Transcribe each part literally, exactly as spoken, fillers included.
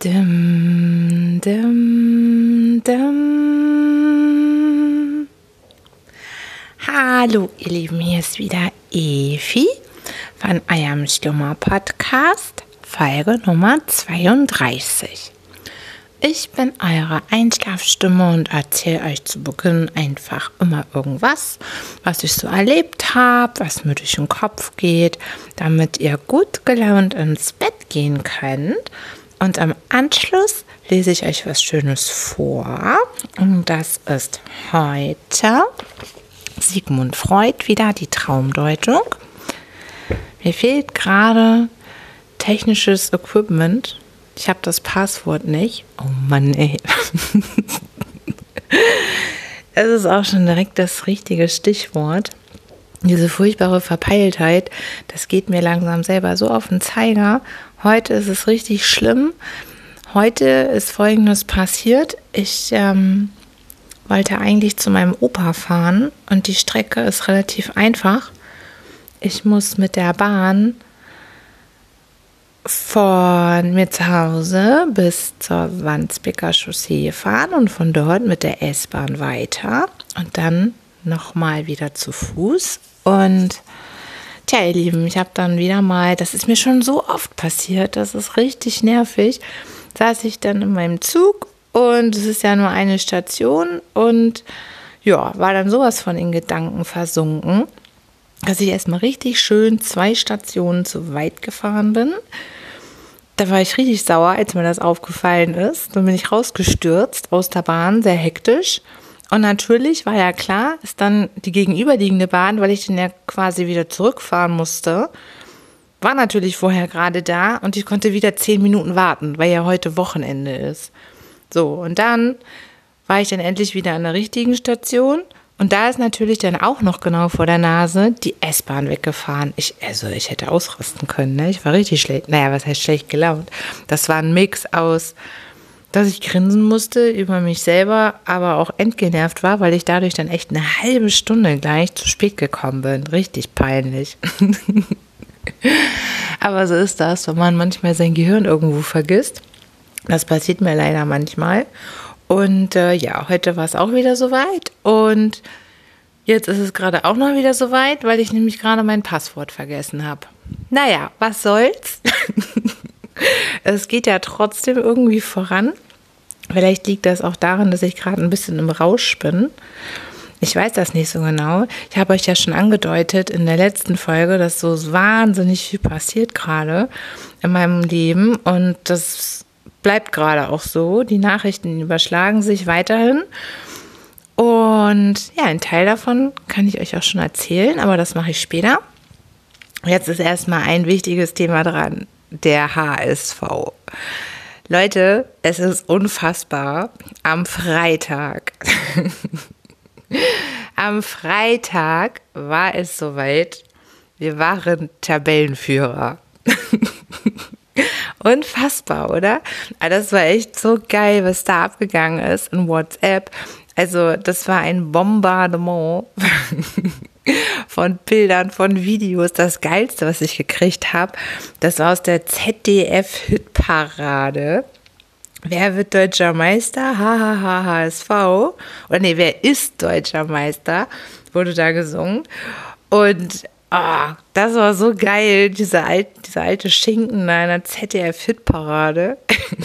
Dim, dim, dim. Hallo ihr Lieben, hier ist wieder Evi von eurem Schlummer-Podcast, Folge Nummer zweiunddreißig. Ich bin eure Einschlafstimme und erzähle euch zu Beginn einfach immer irgendwas, was ich so erlebt habe, was mir durch den Kopf geht, damit ihr gut gelaunt ins Bett gehen könnt. Und am Anschluss lese ich euch was Schönes vor. Und das ist heute Sigmund Freud, wieder die Traumdeutung. Mir fehlt gerade technisches Equipment. Ich habe das Passwort nicht. Oh Mann, ey. Es ist auch schon direkt das richtige Stichwort. Diese furchtbare Verpeiltheit, das geht mir langsam selber so auf den Zeiger. Heute ist es richtig schlimm. Heute ist Folgendes passiert. Ich ähm, wollte eigentlich zu meinem Opa fahren und die Strecke ist relativ einfach. Ich muss mit der Bahn von mir zu Hause bis zur Wandsbeker Chaussee fahren und von dort mit der S-Bahn weiter und dann nochmal wieder zu Fuß. Und tja, ihr Lieben, ich habe dann wieder mal, das ist mir schon so oft passiert, das ist richtig nervig, saß ich dann in meinem Zug und es ist ja nur eine Station und ja, war dann sowas von in Gedanken versunken, dass ich erstmal richtig schön zwei Stationen zu weit gefahren bin. Da war ich richtig sauer, als mir das aufgefallen ist. Dann bin ich rausgestürzt aus der Bahn, sehr hektisch. Und natürlich war ja klar, ist dann die gegenüberliegende Bahn, weil ich dann ja quasi wieder zurückfahren musste, war natürlich vorher gerade da und ich konnte wieder zehn Minuten warten, weil ja heute Wochenende ist. So, und dann war ich dann endlich wieder an der richtigen Station. Und da ist natürlich dann auch noch genau vor der Nase die S-Bahn weggefahren. Ich, also ich hätte ausrasten können, ne? Ich war richtig schlecht, naja, was heißt schlecht gelaunt? Das war ein Mix aus, dass ich grinsen musste über mich selber, aber auch entgenervt war, weil ich dadurch dann echt eine halbe Stunde gleich zu spät gekommen bin. Richtig peinlich. Aber so ist das, wenn man manchmal sein Gehirn irgendwo vergisst. Das passiert mir leider manchmal. Und äh, ja, heute war es auch wieder soweit und jetzt ist es gerade auch noch wieder soweit, weil ich nämlich gerade mein Passwort vergessen habe. Naja, was soll's? Es geht ja trotzdem irgendwie voran. Vielleicht liegt das auch daran, dass ich gerade ein bisschen im Rausch bin. Ich weiß das nicht so genau. Ich habe euch ja schon angedeutet in der letzten Folge, dass so wahnsinnig viel passiert gerade in meinem Leben und das bleibt gerade auch so. Die Nachrichten überschlagen sich weiterhin. Und ja, ein Teil davon kann ich euch auch schon erzählen, aber das mache ich später. Jetzt ist erstmal ein wichtiges Thema dran, der H S V. Leute, es ist unfassbar. Am Freitag, am Freitag war es soweit. Wir waren Tabellenführer. Unfassbar, oder? Aber das war echt so geil, was da abgegangen ist in WhatsApp. Also das war ein Bombardement von Bildern, von Videos. Das Geilste, was ich gekriegt habe, das war aus der Z D F-Hitparade. Wer wird deutscher Meister? Hahaha, H S V. Oder nee, wer ist deutscher Meister? Wurde da gesungen. Und oh, das war so geil, diese, alt, diese alte Schinken in einer Z D F-Hitparade.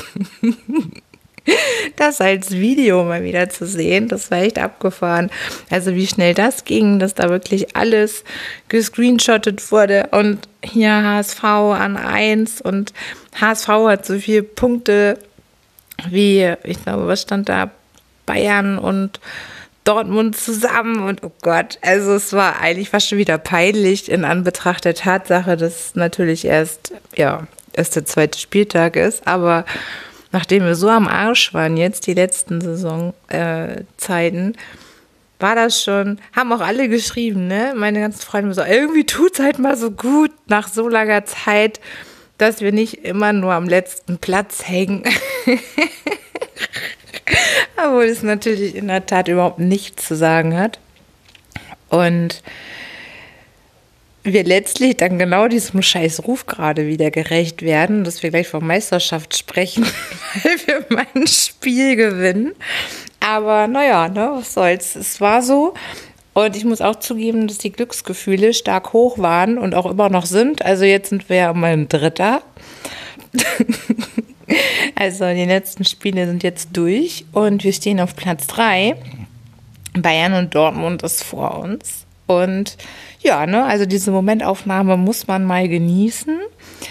Das als Video mal wieder zu sehen, das war echt abgefahren. Also wie schnell das ging, dass da wirklich alles gescreenshottet wurde und hier H S V an eins und H S V hat so viele Punkte wie, ich glaube, was stand da, Bayern und Dortmund zusammen und oh Gott, also es war eigentlich fast schon wieder peinlich in Anbetracht der Tatsache, dass natürlich erst, ja, erst der zweite Spieltag ist, aber nachdem wir so am Arsch waren jetzt, die letzten Saisonzeiten, äh, war das schon, haben auch alle geschrieben, ne, meine ganzen Freunde so, irgendwie tut's halt mal so gut nach so langer Zeit, dass wir nicht immer nur am letzten Platz hängen. Obwohl es natürlich in der Tat überhaupt nichts zu sagen hat. Und wir letztlich dann genau diesem scheiß Ruf gerade wieder gerecht werden, dass wir gleich von Meisterschaft sprechen, weil wir mal ein Spiel gewinnen. Aber naja, ne, was soll's. Es war so. Und ich muss auch zugeben, dass die Glücksgefühle stark hoch waren und auch immer noch sind. Also jetzt sind wir ja mal ein Dritter. Also die letzten Spiele sind jetzt durch und wir stehen auf Platz drei. Bayern und Dortmund ist vor uns. Und ja, ne, also diese Momentaufnahme muss man mal genießen,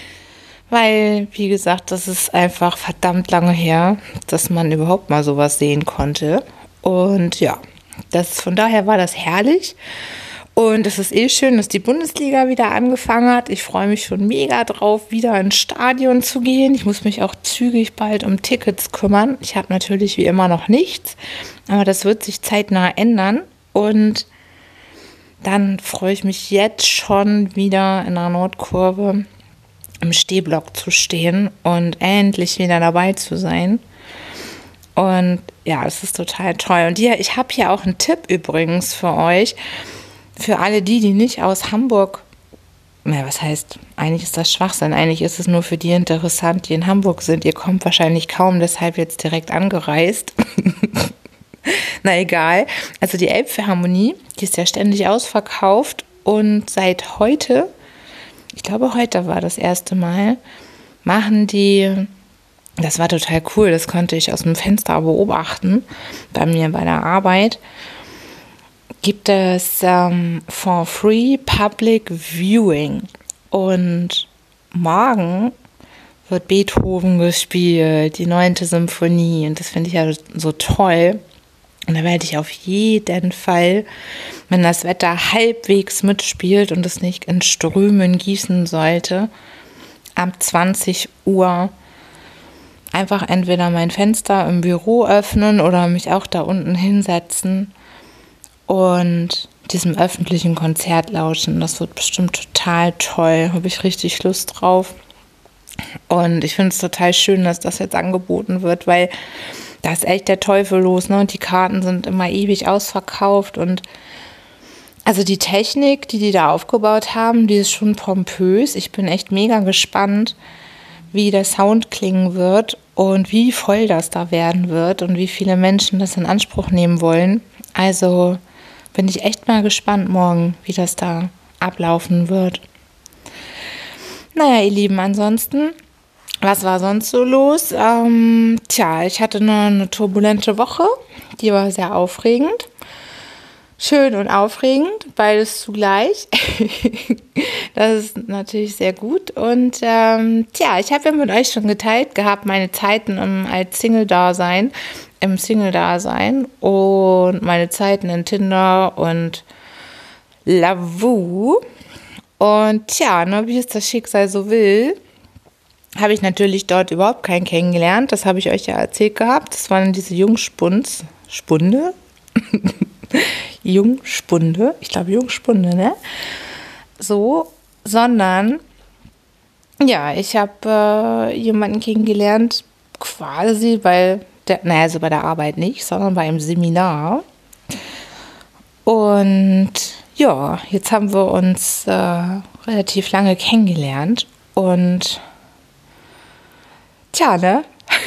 weil, wie gesagt, das ist einfach verdammt lange her, dass man überhaupt mal sowas sehen konnte. Und ja, das, von daher war das herrlich. Und es ist eh schön, dass die Bundesliga wieder angefangen hat. Ich freue mich schon mega drauf, wieder ins Stadion zu gehen. Ich muss mich auch zügig bald um Tickets kümmern. Ich habe natürlich wie immer noch nichts, aber das wird sich zeitnah ändern. Und dann freue ich mich jetzt schon wieder in der Nordkurve im Stehblock zu stehen und endlich wieder dabei zu sein. Und ja, es ist total toll. Und ja, ich habe hier auch einen Tipp übrigens für euch. Für alle die, die nicht aus Hamburg, na, was heißt, eigentlich ist das Schwachsinn, eigentlich ist es nur für die interessant, die in Hamburg sind. Ihr kommt wahrscheinlich kaum deshalb jetzt direkt angereist. Na egal. Also die Elbphilharmonie, die ist ja ständig ausverkauft und seit heute, ich glaube heute war das erste Mal, machen die, das war total cool, das konnte ich aus dem Fenster beobachten, bei mir bei der Arbeit, gibt es ähm, for free public viewing und morgen wird Beethoven gespielt, die neunte Symphonie und das finde ich ja so toll und da werde ich auf jeden Fall, wenn das Wetter halbwegs mitspielt und es nicht in Strömen gießen sollte, ab zwanzig Uhr einfach entweder mein Fenster im Büro öffnen oder mich auch da unten hinsetzen und diesem öffentlichen Konzert lauschen. Das wird bestimmt total toll. Habe ich richtig Lust drauf. Und ich finde es total schön, dass das jetzt angeboten wird, weil da ist echt der Teufel los, ne? Und die Karten sind immer ewig ausverkauft. Und also die Technik, die die da aufgebaut haben, die ist schon pompös. Ich bin echt mega gespannt, wie der Sound klingen wird und wie voll das da werden wird und wie viele Menschen das in Anspruch nehmen wollen. Also bin ich echt mal gespannt morgen, wie das da ablaufen wird. Naja, ihr Lieben, ansonsten, was war sonst so los? Ähm, tja, ich hatte nur eine turbulente Woche, die war sehr aufregend. Schön und aufregend, beides zugleich. Das ist natürlich sehr gut. Und ähm, tja, ich habe ja mit euch schon geteilt gehabt, meine Zeiten im, als Single-Dasein, im Single-Dasein und meine Zeiten in Tinder und Lavu. Und tja, ne, wie es das Schicksal so will, habe ich natürlich dort überhaupt keinen kennengelernt. Das habe ich euch ja erzählt gehabt. Das waren diese Jungspuns, Spunde? Jungspunde, ich glaube Jungspunde, ne? So, sondern, ja, ich habe äh, jemanden kennengelernt, quasi, weil, der, naja, also bei der Arbeit nicht, sondern bei einem Seminar. Und ja, jetzt haben wir uns äh, relativ lange kennengelernt und tja, ne?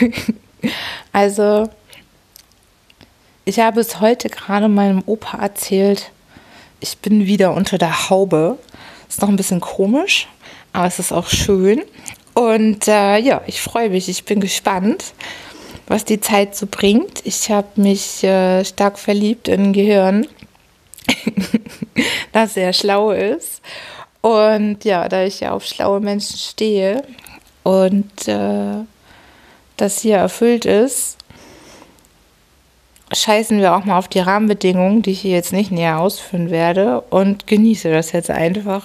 Also, ich habe es heute gerade meinem Opa erzählt, ich bin wieder unter der Haube. Ist noch ein bisschen komisch, aber es ist auch schön. Und äh, ja, ich freue mich, ich bin gespannt, was die Zeit so bringt. Ich habe mich äh, stark verliebt in ein Gehirn, das sehr schlau ist. Und ja, da ich ja auf schlaue Menschen stehe und äh, das hier erfüllt ist, scheißen wir auch mal auf die Rahmenbedingungen, die ich hier jetzt nicht näher ausführen werde und genieße das jetzt einfach.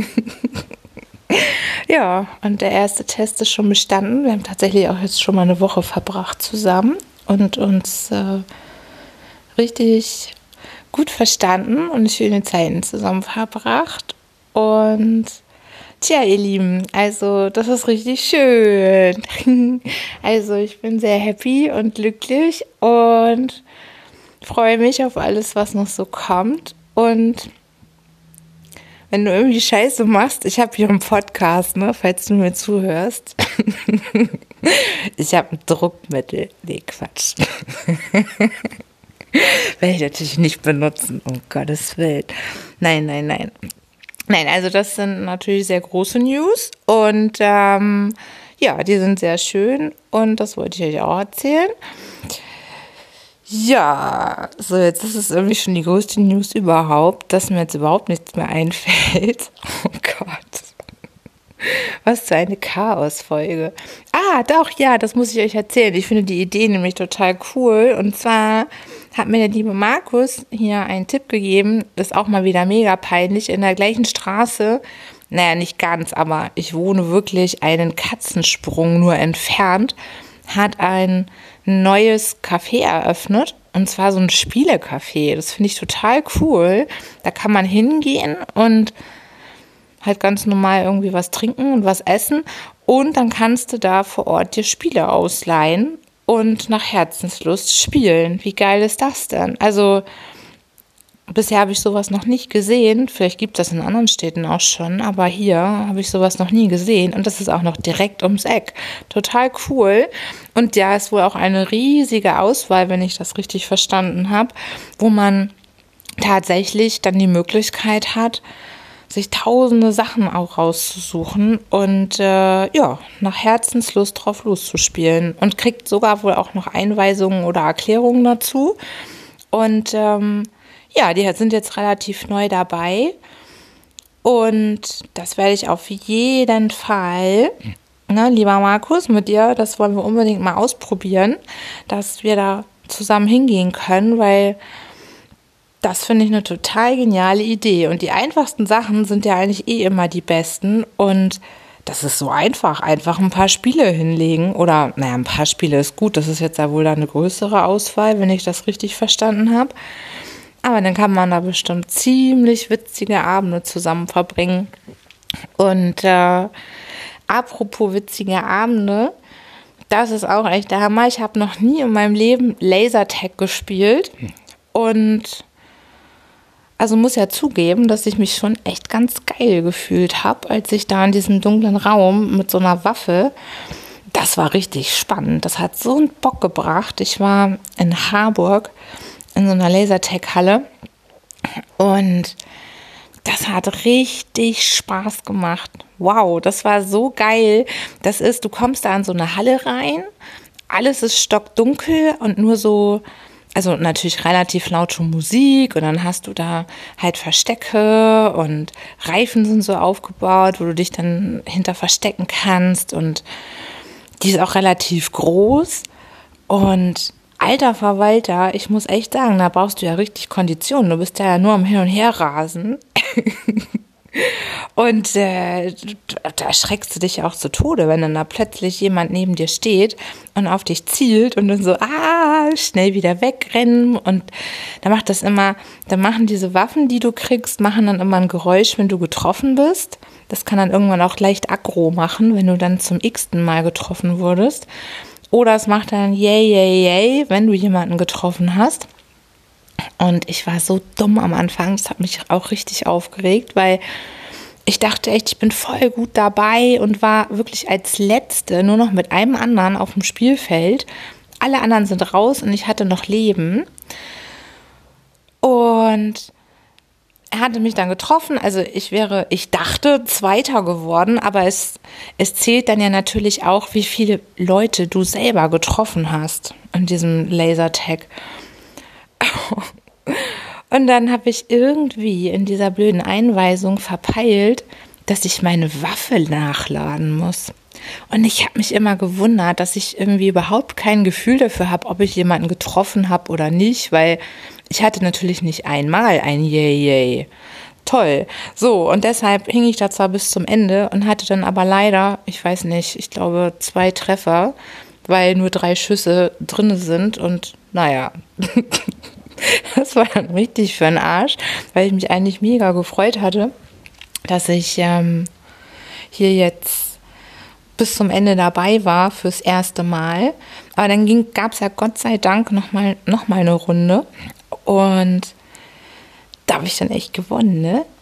Ja, und der erste Test ist schon bestanden. Wir haben tatsächlich auch jetzt schon mal eine Woche verbracht zusammen und uns äh, richtig gut verstanden und schöne Zeiten zusammen verbracht. Und tja, ihr Lieben, also das ist richtig schön. Also ich bin sehr happy und glücklich und freue mich auf alles, was noch so kommt und wenn du irgendwie Scheiße machst, ich habe hier einen Podcast, ne, falls du mir zuhörst. Ich habe ein Druckmittel. Nee, Quatsch. Werde ich natürlich nicht benutzen, um Gottes Willen. Nein, nein, nein. Nein, also das sind natürlich sehr große News und ähm, ja, die sind sehr schön und das wollte ich euch auch erzählen. Ja, so jetzt ist es irgendwie schon die größte News überhaupt, dass mir jetzt überhaupt nichts mehr einfällt. Oh Gott. Was für eine Chaos-Folge. Ah, doch, ja, das muss ich euch erzählen. Ich finde die Idee nämlich total cool. Und zwar hat mir der liebe Markus hier einen Tipp gegeben, das ist auch mal wieder mega peinlich, in der gleichen Straße, naja, nicht ganz, aber ich wohne wirklich einen Katzensprung nur entfernt, hat ein neues Café eröffnet. Und zwar so ein Spielecafé. Das finde ich total cool. Da kann man hingehen und halt ganz normal irgendwie was trinken und was essen und dann kannst du da vor Ort dir Spiele ausleihen und nach Herzenslust spielen. Wie geil ist das denn? Also bisher habe ich sowas noch nicht gesehen, vielleicht gibt es das in anderen Städten auch schon, aber hier habe ich sowas noch nie gesehen und das ist auch noch direkt ums Eck. Total cool und ja, ist wohl auch eine riesige Auswahl, wenn ich das richtig verstanden habe, wo man tatsächlich dann die Möglichkeit hat, sich tausende Sachen auch rauszusuchen und äh, ja, nach Herzenslust drauf loszuspielen und kriegt sogar wohl auch noch Einweisungen oder Erklärungen dazu. Und ähm, ja, die sind jetzt relativ neu dabei und das werde ich auf jeden Fall, ne, lieber Markus, mit dir, das wollen wir unbedingt mal ausprobieren, dass wir da zusammen hingehen können, weil das finde ich eine total geniale Idee. Und die einfachsten Sachen sind ja eigentlich eh immer die besten. Und das ist so einfach. Einfach ein paar Spiele hinlegen. Oder, naja, ein paar Spiele ist gut. Das ist jetzt ja wohl da eine größere Auswahl, wenn ich das richtig verstanden habe. Aber dann kann man da bestimmt ziemlich witzige Abende zusammen verbringen. Und äh, apropos witzige Abende, das ist auch echt der Hammer. Ich habe noch nie in meinem Leben Lasertag gespielt. Und also muss ja zugeben, dass ich mich schon echt ganz geil gefühlt habe, als ich da in diesem dunklen Raum mit so einer Waffe, das war richtig spannend. Das hat so einen Bock gebracht. Ich war in Harburg in so einer Lasertag-Halle und das hat richtig Spaß gemacht. Wow, das war so geil. Das ist, du kommst da in so eine Halle rein, alles ist stockdunkel und nur so, also natürlich relativ laute Musik und dann hast du da halt Verstecke und Reifen sind so aufgebaut, wo du dich dann hinter verstecken kannst und die ist auch relativ groß und alter Verwalter, ich muss echt sagen, da brauchst du ja richtig Konditionen, du bist ja nur am Hin- und Herrasen und äh, da erschreckst du dich auch zu Tode, wenn dann da plötzlich jemand neben dir steht und auf dich zielt und dann so, ah, schnell wieder wegrennen und da macht das immer, da machen diese Waffen, die du kriegst, machen dann immer ein Geräusch, wenn du getroffen bist. Das kann dann irgendwann auch leicht aggro machen, wenn du dann zum x-ten Mal getroffen wurdest. Oder es macht dann yay, yay, yay, wenn du jemanden getroffen hast. Und ich war so dumm am Anfang, das hat mich auch richtig aufgeregt, weil ich dachte echt, ich bin voll gut dabei und war wirklich als Letzte nur noch mit einem anderen auf dem Spielfeld. Alle anderen sind raus und ich hatte noch Leben. Und er hatte mich dann getroffen, also ich wäre, ich dachte, Zweiter geworden, aber es, es zählt dann ja natürlich auch, wie viele Leute du selber getroffen hast in diesem Lasertag. Und dann habe ich irgendwie in dieser blöden Einweisung verpeilt, dass ich meine Waffe nachladen muss. Und ich habe mich immer gewundert, dass ich irgendwie überhaupt kein Gefühl dafür habe, ob ich jemanden getroffen habe oder nicht, weil ich hatte natürlich nicht einmal ein Yay, Yay. Toll. So, und deshalb hing ich da zwar bis zum Ende und hatte dann aber leider, ich weiß nicht, ich glaube zwei Treffer, weil nur drei Schüsse drin sind und naja, das war dann richtig für den Arsch, weil ich mich eigentlich mega gefreut hatte, dass ich ähm, hier jetzt bis zum Ende dabei war fürs erste Mal. Aber dann gab es ja Gott sei Dank nochmal noch mal eine Runde und da habe ich dann echt gewonnen, ne?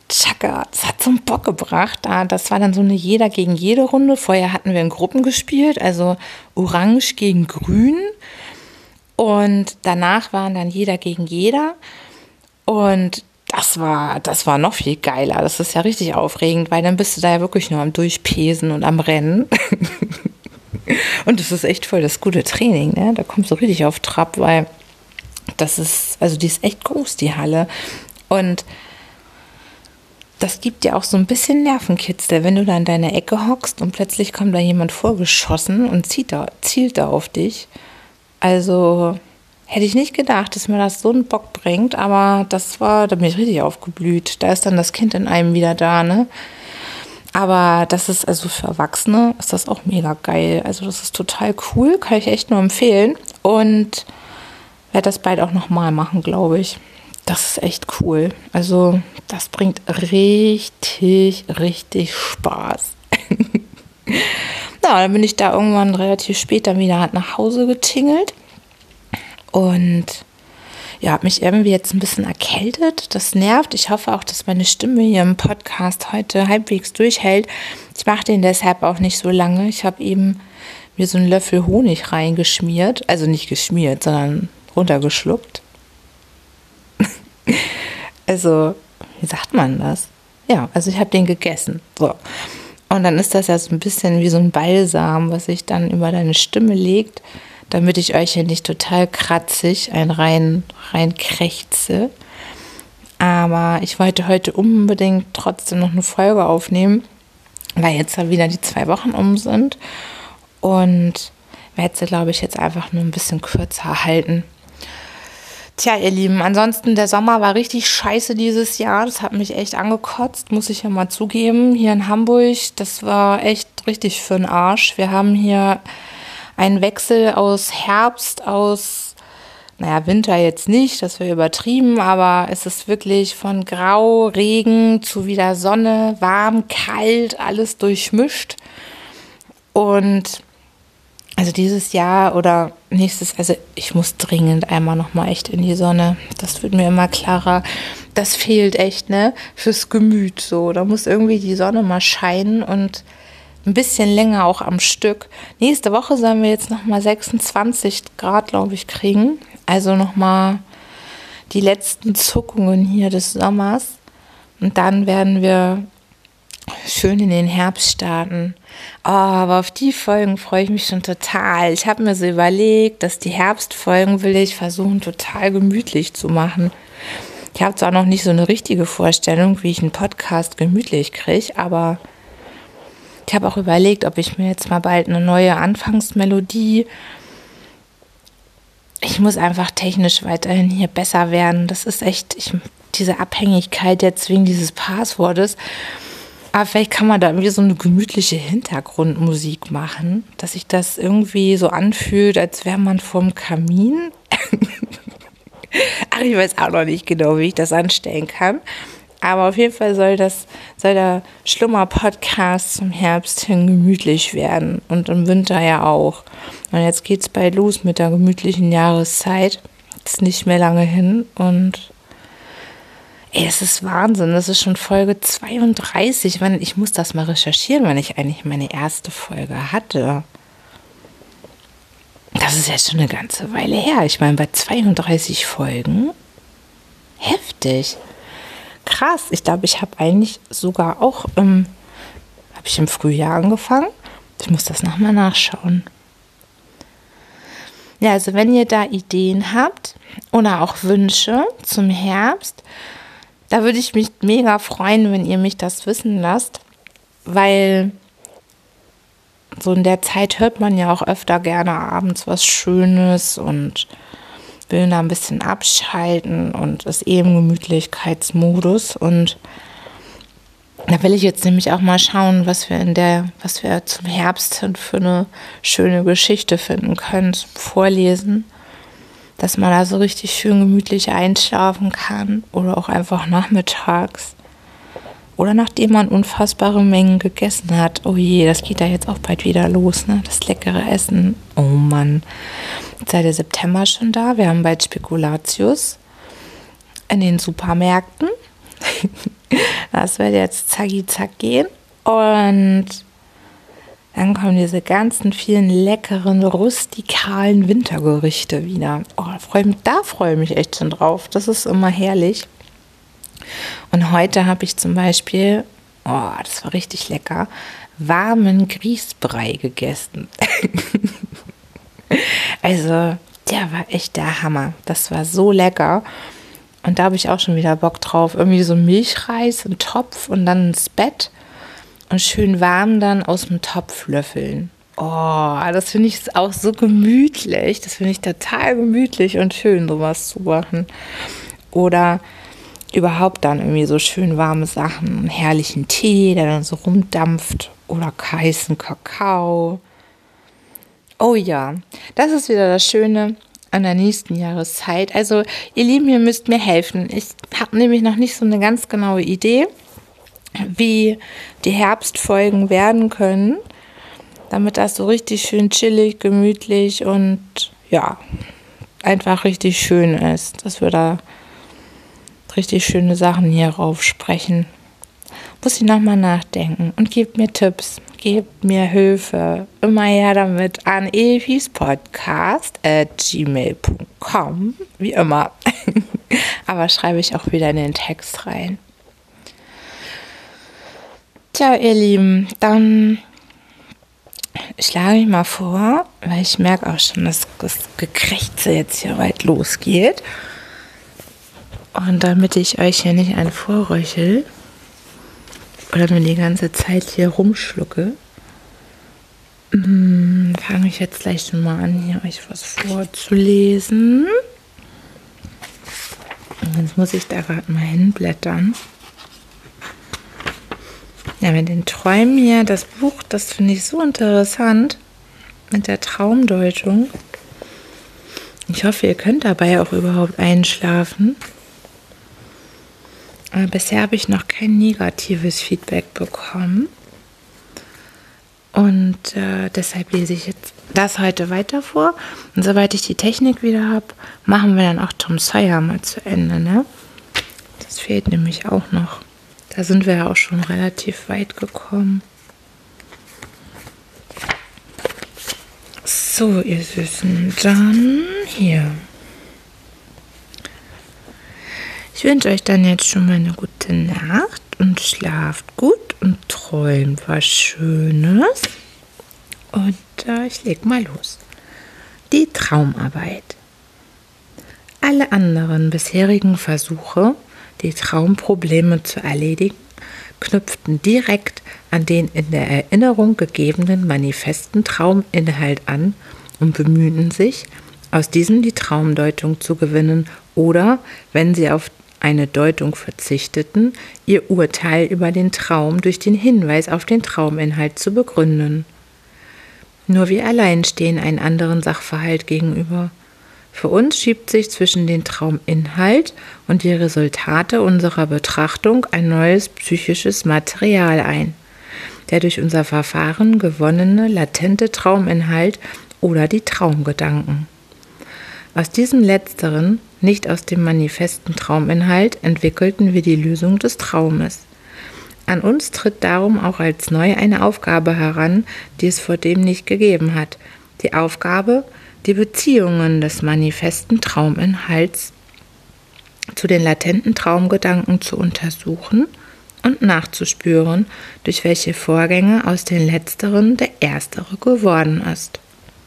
Tschakka, das hat so einen Bock gebracht. Das war dann so eine Jeder gegen jede Runde. Vorher hatten wir in Gruppen gespielt, also Orange gegen Grün. Und danach waren dann Jeder gegen Jeder. Und das war, das war noch viel geiler. Das ist ja richtig aufregend, weil dann bist du da ja wirklich nur am Durchpesen und am Rennen. Und das ist echt voll das gute Training, ne? Da kommst du richtig auf Trab, weil das ist, also die ist echt groß, die Halle. Und das gibt dir auch so ein bisschen Nervenkitzel, wenn du da in deiner Ecke hockst und plötzlich kommt da jemand vorgeschossen und zieht da, zielt da auf dich. Also hätte ich nicht gedacht, dass mir das so einen Bock bringt, aber das war, da bin ich richtig aufgeblüht. Da ist dann das Kind in einem wieder da, ne? Aber das ist also für Erwachsene ist das auch mega geil. Also das ist total cool, kann ich echt nur empfehlen. Und werde das bald auch nochmal machen, glaube ich. Das ist echt cool. Also das bringt richtig, richtig Spaß. Na, dann bin ich da irgendwann relativ spät dann wieder nach Hause getingelt. Und ja, habe mich irgendwie jetzt ein bisschen erkältet. Das nervt. Ich hoffe auch, dass meine Stimme hier im Podcast heute halbwegs durchhält. Ich mache den deshalb auch nicht so lange. Ich habe eben mir so einen Löffel Honig reingeschmiert. Also nicht geschmiert, sondern runtergeschluckt. Also, wie sagt man das? Ja, also ich habe den gegessen. So. Und dann ist das ja so ein bisschen wie so ein Balsam, was sich dann über deine Stimme legt, damit ich euch hier nicht total kratzig ein rein, rein krächze. Aber ich wollte heute unbedingt trotzdem noch eine Folge aufnehmen, weil jetzt ja wieder die zwei Wochen um sind. Und werde sie, glaube ich, jetzt einfach nur ein bisschen kürzer halten. Tja, ihr Lieben, ansonsten der Sommer war richtig scheiße dieses Jahr. Das hat mich echt angekotzt, muss ich ja mal zugeben. Hier in Hamburg, das war echt richtig für den Arsch. Wir haben hier einen Wechsel aus Herbst, aus, naja, Winter jetzt nicht, das wäre übertrieben, aber es ist wirklich von Grau, Regen zu wieder Sonne, warm, kalt, alles durchmischt. Und also dieses Jahr oder nächstes, also ich muss dringend einmal nochmal echt in die Sonne. Das wird mir immer klarer. Das fehlt echt, ne? Fürs Gemüt so. Da muss irgendwie die Sonne mal scheinen und ein bisschen länger auch am Stück. Nächste Woche sollen wir jetzt nochmal sechsundzwanzig Grad, glaube ich, kriegen. Also nochmal die letzten Zuckungen hier des Sommers. Und dann werden wir schön in den Herbst starten. Oh, aber auf die Folgen freue ich mich schon total. Ich habe mir so überlegt, dass die Herbstfolgen will ich versuchen, total gemütlich zu machen. Ich habe zwar noch nicht so eine richtige Vorstellung, wie ich einen Podcast gemütlich kriege, aber ich habe auch überlegt, ob ich mir jetzt mal bald eine neue Anfangsmelodie. Ich muss einfach technisch weiterhin hier besser werden. Das ist echt, ich, diese Abhängigkeit jetzt wegen dieses Passwortes. Aber vielleicht kann man da irgendwie so eine gemütliche Hintergrundmusik machen, dass sich das irgendwie so anfühlt, als wäre man vorm Kamin. Ach, ich weiß auch noch nicht genau, wie ich das anstellen kann. Aber auf jeden Fall soll das, soll der Schlummer-Podcast zum Herbst hin gemütlich werden. Und im Winter ja auch. Und jetzt geht's bald los mit der gemütlichen Jahreszeit. Ist nicht mehr lange hin. Und ey, es ist Wahnsinn. Das ist schon Folge zweiunddreißig. Ich muss das mal recherchieren, wenn ich eigentlich meine erste Folge hatte. Das ist jetzt schon eine ganze Weile her. Ich meine, bei zweiunddreißig Folgen. Heftig. Krass. Ich glaube, ich habe eigentlich sogar auch im, habe ich im Frühjahr angefangen. Ich muss das nochmal nachschauen. Ja, also wenn ihr da Ideen habt oder auch Wünsche zum Herbst, da würde ich mich mega freuen, wenn ihr mich das wissen lasst, weil so in der Zeit hört man ja auch öfter gerne abends was Schönes und will da ein bisschen abschalten und ist eh im Gemütlichkeitsmodus. Und da will ich jetzt nämlich auch mal schauen, was wir in der, was wir zum Herbst hin für eine schöne Geschichte finden können zum Vorlesen, dass man da so richtig schön gemütlich einschlafen kann oder auch einfach nachmittags oder nachdem man unfassbare Mengen gegessen hat. Oh je, das geht da jetzt auch bald wieder los, ne? Das leckere Essen. Oh Mann. Jetzt sei der September schon da. Wir haben bald Spekulatius in den Supermärkten. Das wird jetzt zacki zack gehen. Und dann kommen diese ganzen vielen leckeren, rustikalen Wintergerichte wieder. Oh, da freue mich, da freue ich mich echt schon drauf. Das ist immer herrlich. Und heute habe ich zum Beispiel, oh, das war richtig lecker, warmen Grießbrei gegessen. Also, der war echt der Hammer. Das war so lecker. Und da habe ich auch schon wieder Bock drauf. Irgendwie so Milchreis, ein Topf und dann ins Bett. Und schön warm dann aus dem Topf löffeln. Oh, das finde ich auch so gemütlich. Das finde ich total gemütlich und schön, sowas zu machen. Oder überhaupt dann irgendwie so schön warme Sachen. Einen herrlichen Tee, der dann so rumdampft. Oder heißen Kakao. Oh ja, das ist wieder das Schöne an der nächsten Jahreszeit. Also ihr Lieben, ihr müsst mir helfen. Ich habe nämlich noch nicht so eine ganz genaue Idee, wie die Herbstfolgen werden können, damit das so richtig schön chillig, gemütlich und ja, einfach richtig schön ist, dass wir da richtig schöne Sachen hier raufsprechen. Muss ich nochmal nachdenken und gebt mir Tipps, gebt mir Hilfe, immer her damit an evispodcast at gmail punkt com, wie immer, aber schreibe ich auch wieder in den Text rein. Tja, ihr Lieben, dann schlage ich mal vor, weil ich merke auch schon, dass das Gekrächze jetzt hier weit losgeht. Und damit ich euch hier nicht einen vorröchel oder nur die ganze Zeit hier rumschlucke, fange ich jetzt gleich schon mal an, hier euch was vorzulesen. Und jetzt muss ich da gerade mal hinblättern. Ja, mit den Träumen hier, das Buch, das finde ich so interessant mit der Traumdeutung. Ich hoffe, ihr könnt dabei auch überhaupt einschlafen. Aber bisher habe ich noch kein negatives Feedback bekommen. Und äh, deshalb lese ich jetzt das heute weiter vor. Und sobald ich die Technik wieder habe, machen wir dann auch Tom Sawyer mal zu Ende, ne? Das fehlt nämlich auch noch. Da sind wir ja auch schon relativ weit gekommen. So, ihr Süßen, dann hier. Ich wünsche euch dann jetzt schon mal eine gute Nacht und schlaft gut und träumt was Schönes. Und äh, ich leg mal los. Die Traumarbeit. Alle anderen bisherigen Versuche, die Traumprobleme zu erledigen, knüpften direkt an den in der Erinnerung gegebenen manifesten Trauminhalt an und bemühten sich, aus diesem die Traumdeutung zu gewinnen oder, wenn sie auf eine Deutung verzichteten, ihr Urteil über den Traum durch den Hinweis auf den Trauminhalt zu begründen. Nur wir allein stehen einen anderen Sachverhalt gegenüber. Für uns schiebt sich zwischen den Trauminhalt und die Resultate unserer Betrachtung ein neues psychisches Material ein, der durch unser Verfahren gewonnene latente Trauminhalt oder die Traumgedanken. Aus diesem letzteren, nicht aus dem manifesten Trauminhalt, entwickelten wir die Lösung des Traumes. An uns tritt darum auch als neu eine Aufgabe heran, die es vordem nicht gegeben hat. Die Aufgabe, die Beziehungen des manifesten Trauminhalts zu den latenten Traumgedanken zu untersuchen und nachzuspüren, durch welche Vorgänge aus den letzteren der erstere geworden ist.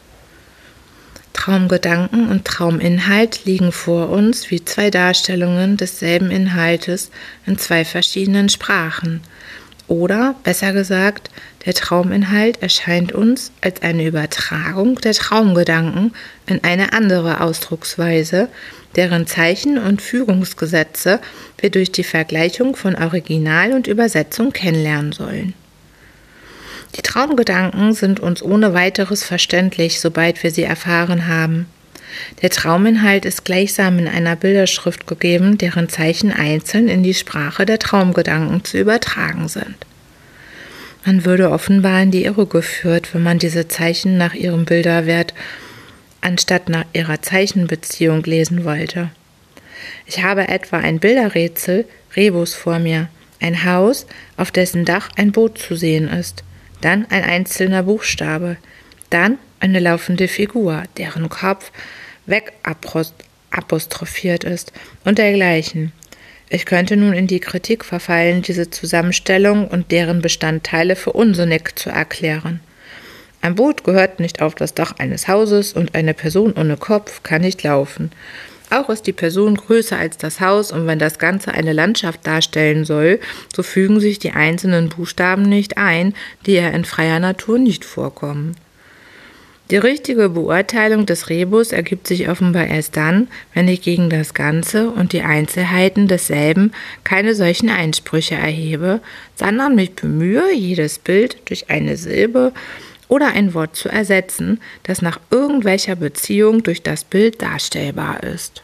Traumgedanken und Trauminhalt liegen vor uns wie zwei Darstellungen desselben Inhaltes in zwei verschiedenen Sprachen. Oder, besser gesagt, der Trauminhalt erscheint uns als eine Übertragung der Traumgedanken in eine andere Ausdrucksweise, deren Zeichen und Fügungsgesetze wir durch die Vergleichung von Original und Übersetzung kennenlernen sollen. Die Traumgedanken sind uns ohne weiteres verständlich, sobald wir sie erfahren haben. Der Trauminhalt ist gleichsam in einer Bilderschrift gegeben, deren Zeichen einzeln in die Sprache der Traumgedanken zu übertragen sind. Man würde offenbar in die Irre geführt, wenn man diese Zeichen nach ihrem Bilderwert anstatt nach ihrer Zeichenbeziehung lesen wollte. Ich habe etwa ein Bilderrätsel, Rebus, vor mir, Ein Haus, auf dessen Dach ein Boot zu sehen ist, dann ein einzelner Buchstabe, dann eine laufende Figur, deren Kopf wegapostrophiert ist und dergleichen. Ich könnte nun in die Kritik verfallen, diese Zusammenstellung und deren Bestandteile für unsinnig zu erklären. Ein Boot gehört nicht auf das Dach eines Hauses und eine Person ohne Kopf kann nicht laufen. Auch ist die Person größer als das Haus und wenn das Ganze eine Landschaft darstellen soll, so fügen sich die einzelnen Buchstaben nicht ein, die ja in freier Natur nicht vorkommen. Die richtige Beurteilung des Rebus ergibt sich offenbar erst dann, wenn ich gegen das Ganze und die Einzelheiten desselben keine solchen Einsprüche erhebe, sondern mich bemühe, jedes Bild durch eine Silbe oder ein Wort zu ersetzen, das nach irgendwelcher Beziehung durch das Bild darstellbar ist.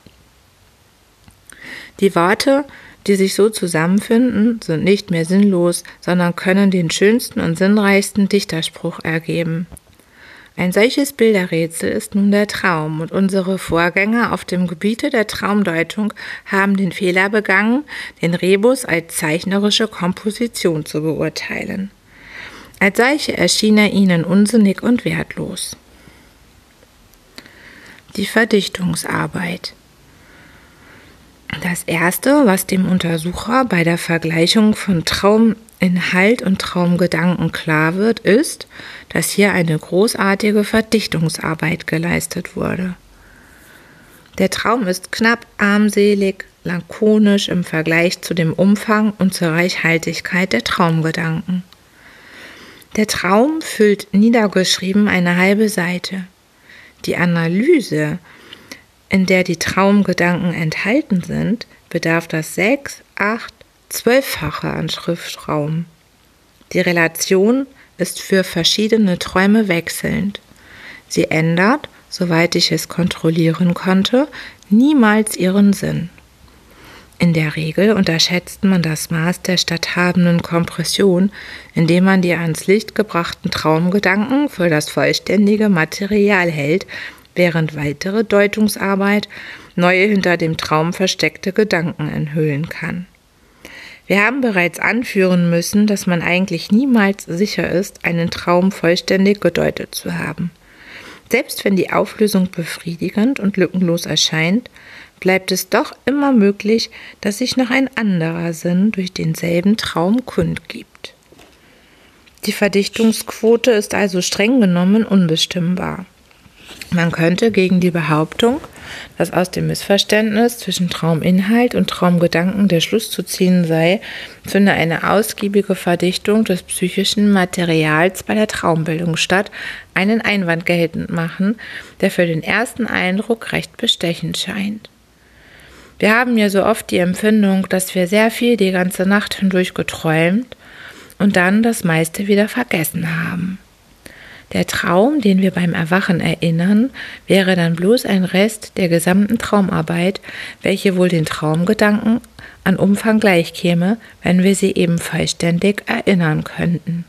Die Worte, die sich so zusammenfinden, sind nicht mehr sinnlos, sondern können den schönsten und sinnreichsten Dichterspruch ergeben. Ein solches Bilderrätsel ist nun der Traum und unsere Vorgänger auf dem Gebiete der Traumdeutung haben den Fehler begangen, den Rebus als zeichnerische Komposition zu beurteilen. Als solche erschien er ihnen unsinnig und wertlos. Die Verdichtungsarbeit. Das Erste, was dem Untersucher bei der Vergleichung von Trauminhalt und Traumgedanken klar wird, ist, dass hier eine großartige Verdichtungsarbeit geleistet wurde. Der Traum ist knapp, armselig, lakonisch im Vergleich zu dem Umfang und zur Reichhaltigkeit der Traumgedanken. Der Traum füllt niedergeschrieben eine halbe Seite. Die Analyse, in der die Traumgedanken enthalten sind, bedarf das sechs-, acht-, zwölffache an Schriftraum. Die Relation ist für verschiedene Träume wechselnd. Sie ändert, soweit ich es kontrollieren konnte, niemals ihren Sinn. In der Regel unterschätzt man das Maß der statthabenden Kompression, indem man die ans Licht gebrachten Traumgedanken für das vollständige Material hält, während weitere Deutungsarbeit neue hinter dem Traum versteckte Gedanken enthüllen kann. Wir haben bereits anführen müssen, dass man eigentlich niemals sicher ist, einen Traum vollständig gedeutet zu haben. Selbst wenn die Auflösung befriedigend und lückenlos erscheint, bleibt es doch immer möglich, dass sich noch ein anderer Sinn durch denselben Traum kundgibt. Die Verdichtungsquote ist also streng genommen unbestimmbar. Man könnte gegen die Behauptung, dass aus dem Missverständnis zwischen Trauminhalt und Traumgedanken der Schluss zu ziehen sei, finde eine ausgiebige Verdichtung des psychischen Materials bei der Traumbildung statt, einen Einwand geltend machen, der für den ersten Eindruck recht bestechend scheint. Wir haben ja so oft die Empfindung, dass wir sehr viel die ganze Nacht hindurch geträumt und dann das meiste wieder vergessen haben. Der Traum, den wir beim Erwachen erinnern, wäre dann bloß ein Rest der gesamten Traumarbeit, welche wohl den Traumgedanken an Umfang gleichkäme, wenn wir sie eben vollständig erinnern könnten.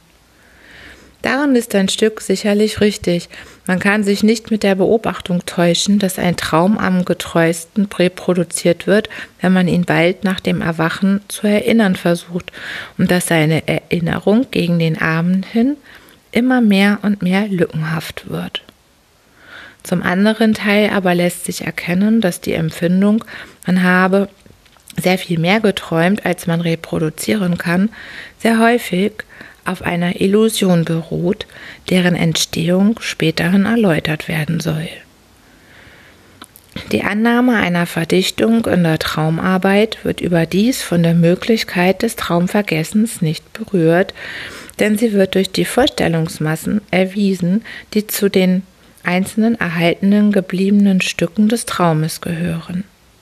Darin ist ein Stück sicherlich richtig. Man kann sich nicht mit der Beobachtung täuschen, dass ein Traum am getreuesten reproduziert wird, wenn man ihn bald nach dem Erwachen zu erinnern versucht und dass seine Erinnerung gegen den Abend hin immer mehr und mehr lückenhaft wird. Zum anderen Teil aber lässt sich erkennen, dass die Empfindung, man habe sehr viel mehr geträumt, als man reproduzieren kann, sehr häufig auf einer Illusion beruht, deren Entstehung späterhin erläutert werden soll. Die Annahme einer Verdichtung in der Traumarbeit wird überdies von der Möglichkeit des Traumvergessens nicht berührt, denn sie wird durch die Vorstellungsmassen erwiesen, die zu den einzelnen erhaltenen gebliebenen Stücken des Traumes gehören.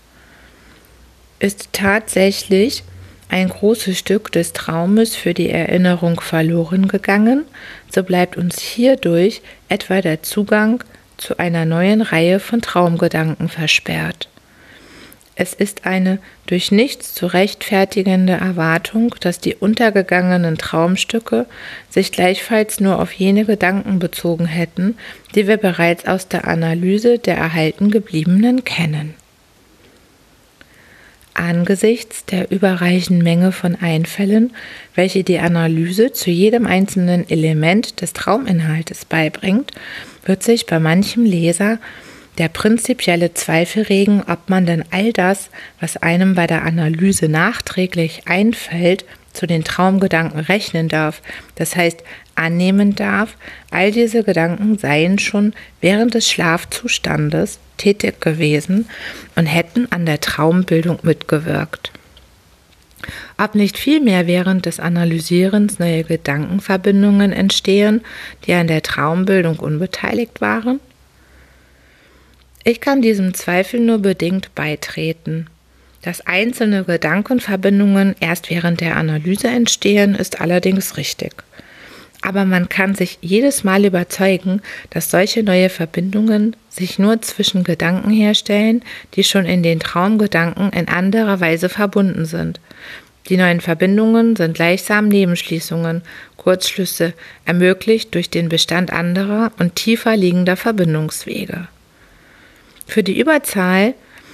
Ist tatsächlich ein großes Stück des Traumes für die Erinnerung verloren gegangen, so bleibt uns hierdurch etwa der Zugang zu einer neuen Reihe von Traumgedanken versperrt. Es ist eine durch nichts zu rechtfertigende Erwartung, dass die untergegangenen Traumstücke sich gleichfalls nur auf jene Gedanken bezogen hätten, die wir bereits aus der Analyse der erhalten gebliebenen kennen. Angesichts der überreichen Menge von Einfällen, welche die Analyse zu jedem einzelnen Element des Trauminhaltes beibringt, wird sich bei manchem Leser der prinzipielle Zweifel regen, ob man denn all das, was einem bei der Analyse nachträglich einfällt, zu den Traumgedanken rechnen darf, das heißt annehmen darf, all diese Gedanken seien schon während des Schlafzustandes tätig gewesen und hätten an der Traumbildung mitgewirkt. Ob nicht vielmehr während des Analysierens neue Gedankenverbindungen entstehen, die an der Traumbildung unbeteiligt waren? Ich kann diesem Zweifel nur bedingt beitreten. Dass einzelne Gedankenverbindungen erst während der Analyse entstehen, ist allerdings richtig. Aber man kann sich jedes Mal überzeugen, dass solche neue Verbindungen sich nur zwischen Gedanken herstellen, die schon in den Traumgedanken in anderer Weise verbunden sind. Die neuen Verbindungen sind gleichsam Nebenschließungen, Kurzschlüsse, ermöglicht durch den Bestand anderer und tiefer liegender Verbindungswege. Für die Überzahl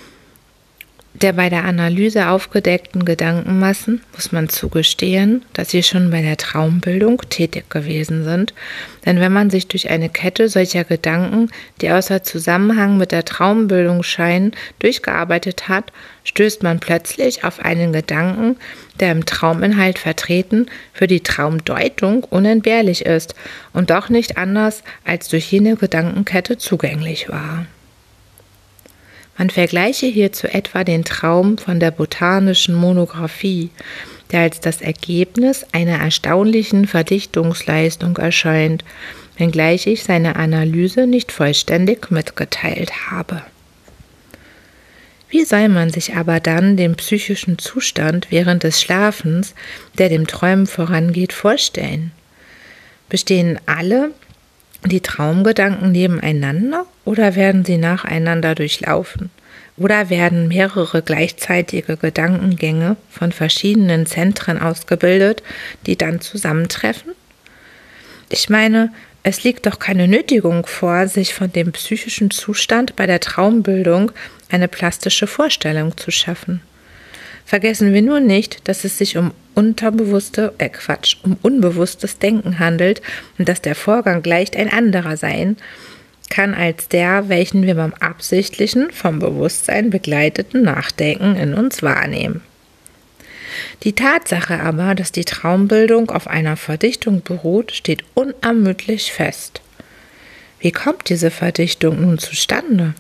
der bei der Analyse aufgedeckten Gedankenmassen muss man zugestehen, dass sie schon bei der Traumbildung tätig gewesen sind, denn wenn man sich durch eine Kette solcher Gedanken, die außer Zusammenhang mit der Traumbildung scheinen, durchgearbeitet hat, stößt man plötzlich auf einen Gedanken, der im Trauminhalt vertreten für die Traumdeutung unentbehrlich ist und doch nicht anders als durch jene Gedankenkette zugänglich war. Man vergleiche hierzu etwa den Traum von der botanischen Monographie, der als das Ergebnis einer erstaunlichen Verdichtungsleistung erscheint, wenngleich ich seine Analyse nicht vollständig mitgeteilt habe. Wie soll man sich aber dann den psychischen Zustand während des Schlafens, der dem Träumen vorangeht, vorstellen? Bestehen alle die Traumgedanken nebeneinander oder werden sie nacheinander durchlaufen? Oder werden mehrere gleichzeitige Gedankengänge von verschiedenen Zentren ausgebildet, die dann zusammentreffen? Ich meine, es liegt doch keine Nötigung vor, sich von dem psychischen Zustand bei der Traumbildung eine plastische Vorstellung zu schaffen. Vergessen wir nur nicht, dass es sich um unterbewusste, äh Quatsch, um unbewusstes Denken handelt und dass der Vorgang leicht ein anderer sein kann als der, welchen wir beim absichtlichen, vom Bewusstsein begleiteten Nachdenken in uns wahrnehmen. Die Tatsache aber, dass die Traumbildung auf einer Verdichtung beruht, steht unermüdlich fest. Wie kommt diese Verdichtung nun zustande?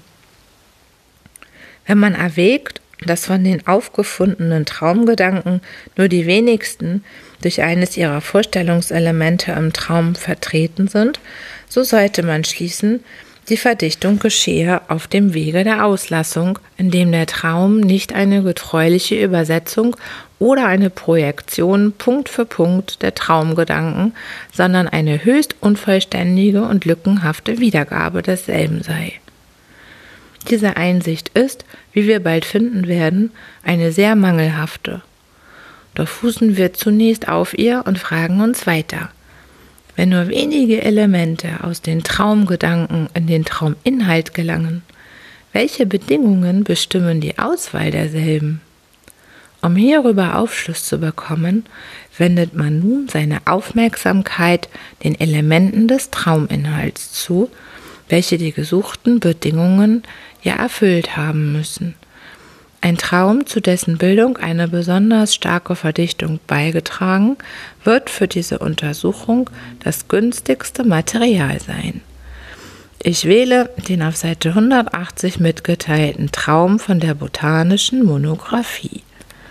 Wenn man erwägt, dass von den aufgefundenen Traumgedanken nur die wenigsten durch eines ihrer Vorstellungselemente im Traum vertreten sind, so sollte man schließen, die Verdichtung geschehe auf dem Wege der Auslassung, indem der Traum nicht eine getreuliche Übersetzung oder eine Projektion Punkt für Punkt der Traumgedanken, sondern eine höchst unvollständige und lückenhafte Wiedergabe desselben sei. Diese Einsicht ist, wie wir bald finden werden, eine sehr mangelhafte. Doch fußen wir zunächst auf ihr und fragen uns weiter. Wenn nur wenige Elemente aus den Traumgedanken in den Trauminhalt gelangen, welche Bedingungen bestimmen die Auswahl derselben? Um hierüber Aufschluss zu bekommen, wendet man nun seine Aufmerksamkeit den Elementen des Trauminhalts zu, welche die gesuchten Bedingungen ja erfüllt haben müssen. Ein Traum, zu dessen Bildung eine besonders starke Verdichtung beigetragen, wird für diese Untersuchung das günstigste Material sein. Ich wähle den auf Seite hundertachtzig mitgeteilten Traum von der botanischen Monographie.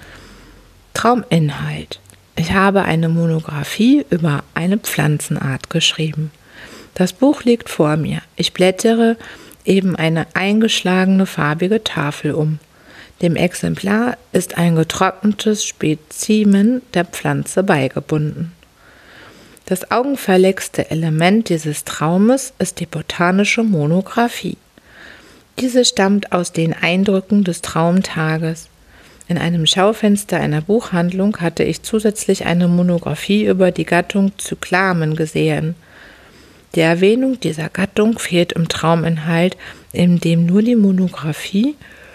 Trauminhalt. Ich habe eine Monographie über eine Pflanzenart geschrieben. Das Buch liegt vor mir. Ich blättere eben eine eingeschlagene farbige Tafel um. Dem Exemplar ist ein getrocknetes Spezimen der Pflanze beigebunden. Das augenfälligste Element dieses Traumes ist die botanische Monographie. Diese stammt aus den Eindrücken des Traumtages. In einem Schaufenster einer Buchhandlung hatte ich zusätzlich eine Monographie über die Gattung Cyclamen gesehen. Die Erwähnung dieser Gattung fehlt im Trauminhalt, in dem nur die Monographie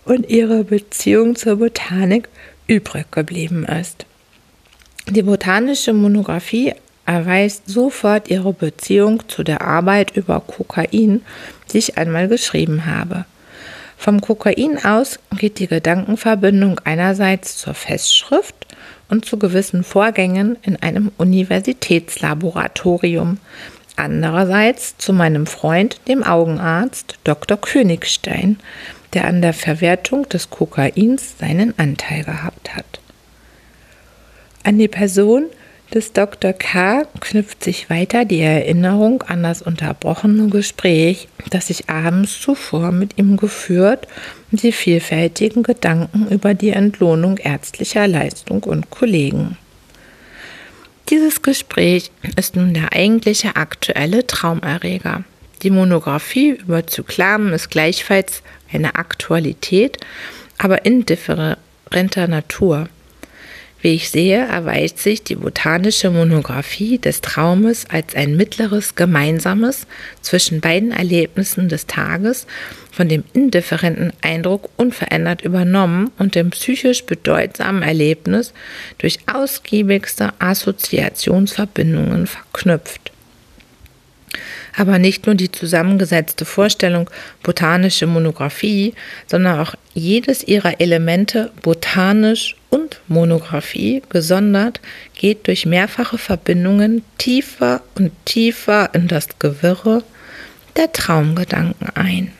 und ihre Beziehung zur Botanik übrig geblieben ist. Die botanische Monographie erweist sofort ihre Beziehung zu der Arbeit über Kokain, die ich einmal geschrieben habe. Vom Kokain aus geht die Gedankenverbindung einerseits zur Festschrift und zu gewissen Vorgängen in einem Universitätslaboratorium, andererseits zu meinem Freund, dem Augenarzt Doktor Königstein, der an der Verwertung des Kokains seinen Anteil gehabt hat. An die Person des Doktor K. knüpft sich weiter die Erinnerung an das unterbrochene Gespräch, das ich abends zuvor mit ihm geführt und die vielfältigen Gedanken über die Entlohnung ärztlicher Leistung und Kollegen. Dieses Gespräch ist nun der eigentliche aktuelle Traumerreger. Die Monographie über Cyclamen ist gleichfalls eine Aktualität, aber indifferenter Natur. Wie ich sehe, erweist sich die botanische Monographie des Traumes als ein mittleres Gemeinsames zwischen beiden Erlebnissen des Tages, von dem indifferenten Eindruck unverändert übernommen und dem psychisch bedeutsamen Erlebnis durch ausgiebigste Assoziationsverbindungen verknüpft. Aber nicht nur die zusammengesetzte Vorstellung botanische Monographie, sondern auch jedes ihrer Elemente botanisch und Monographie gesondert geht durch mehrfache Verbindungen tiefer und tiefer in das Gewirre der Traumgedanken ein.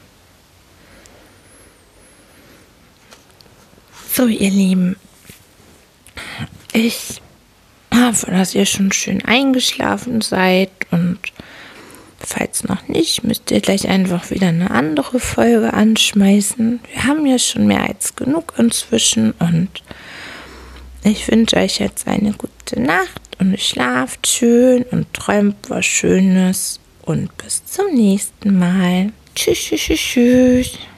So, ihr Lieben, ich hoffe, dass ihr schon schön eingeschlafen seid, und falls noch nicht, müsst ihr gleich einfach wieder eine andere Folge anschmeißen. Wir haben ja schon mehr als genug inzwischen, und ich wünsche euch jetzt eine gute Nacht und schlaft schön und träumt was Schönes, und bis zum nächsten Mal. Tschüss, tschüss, tschüss.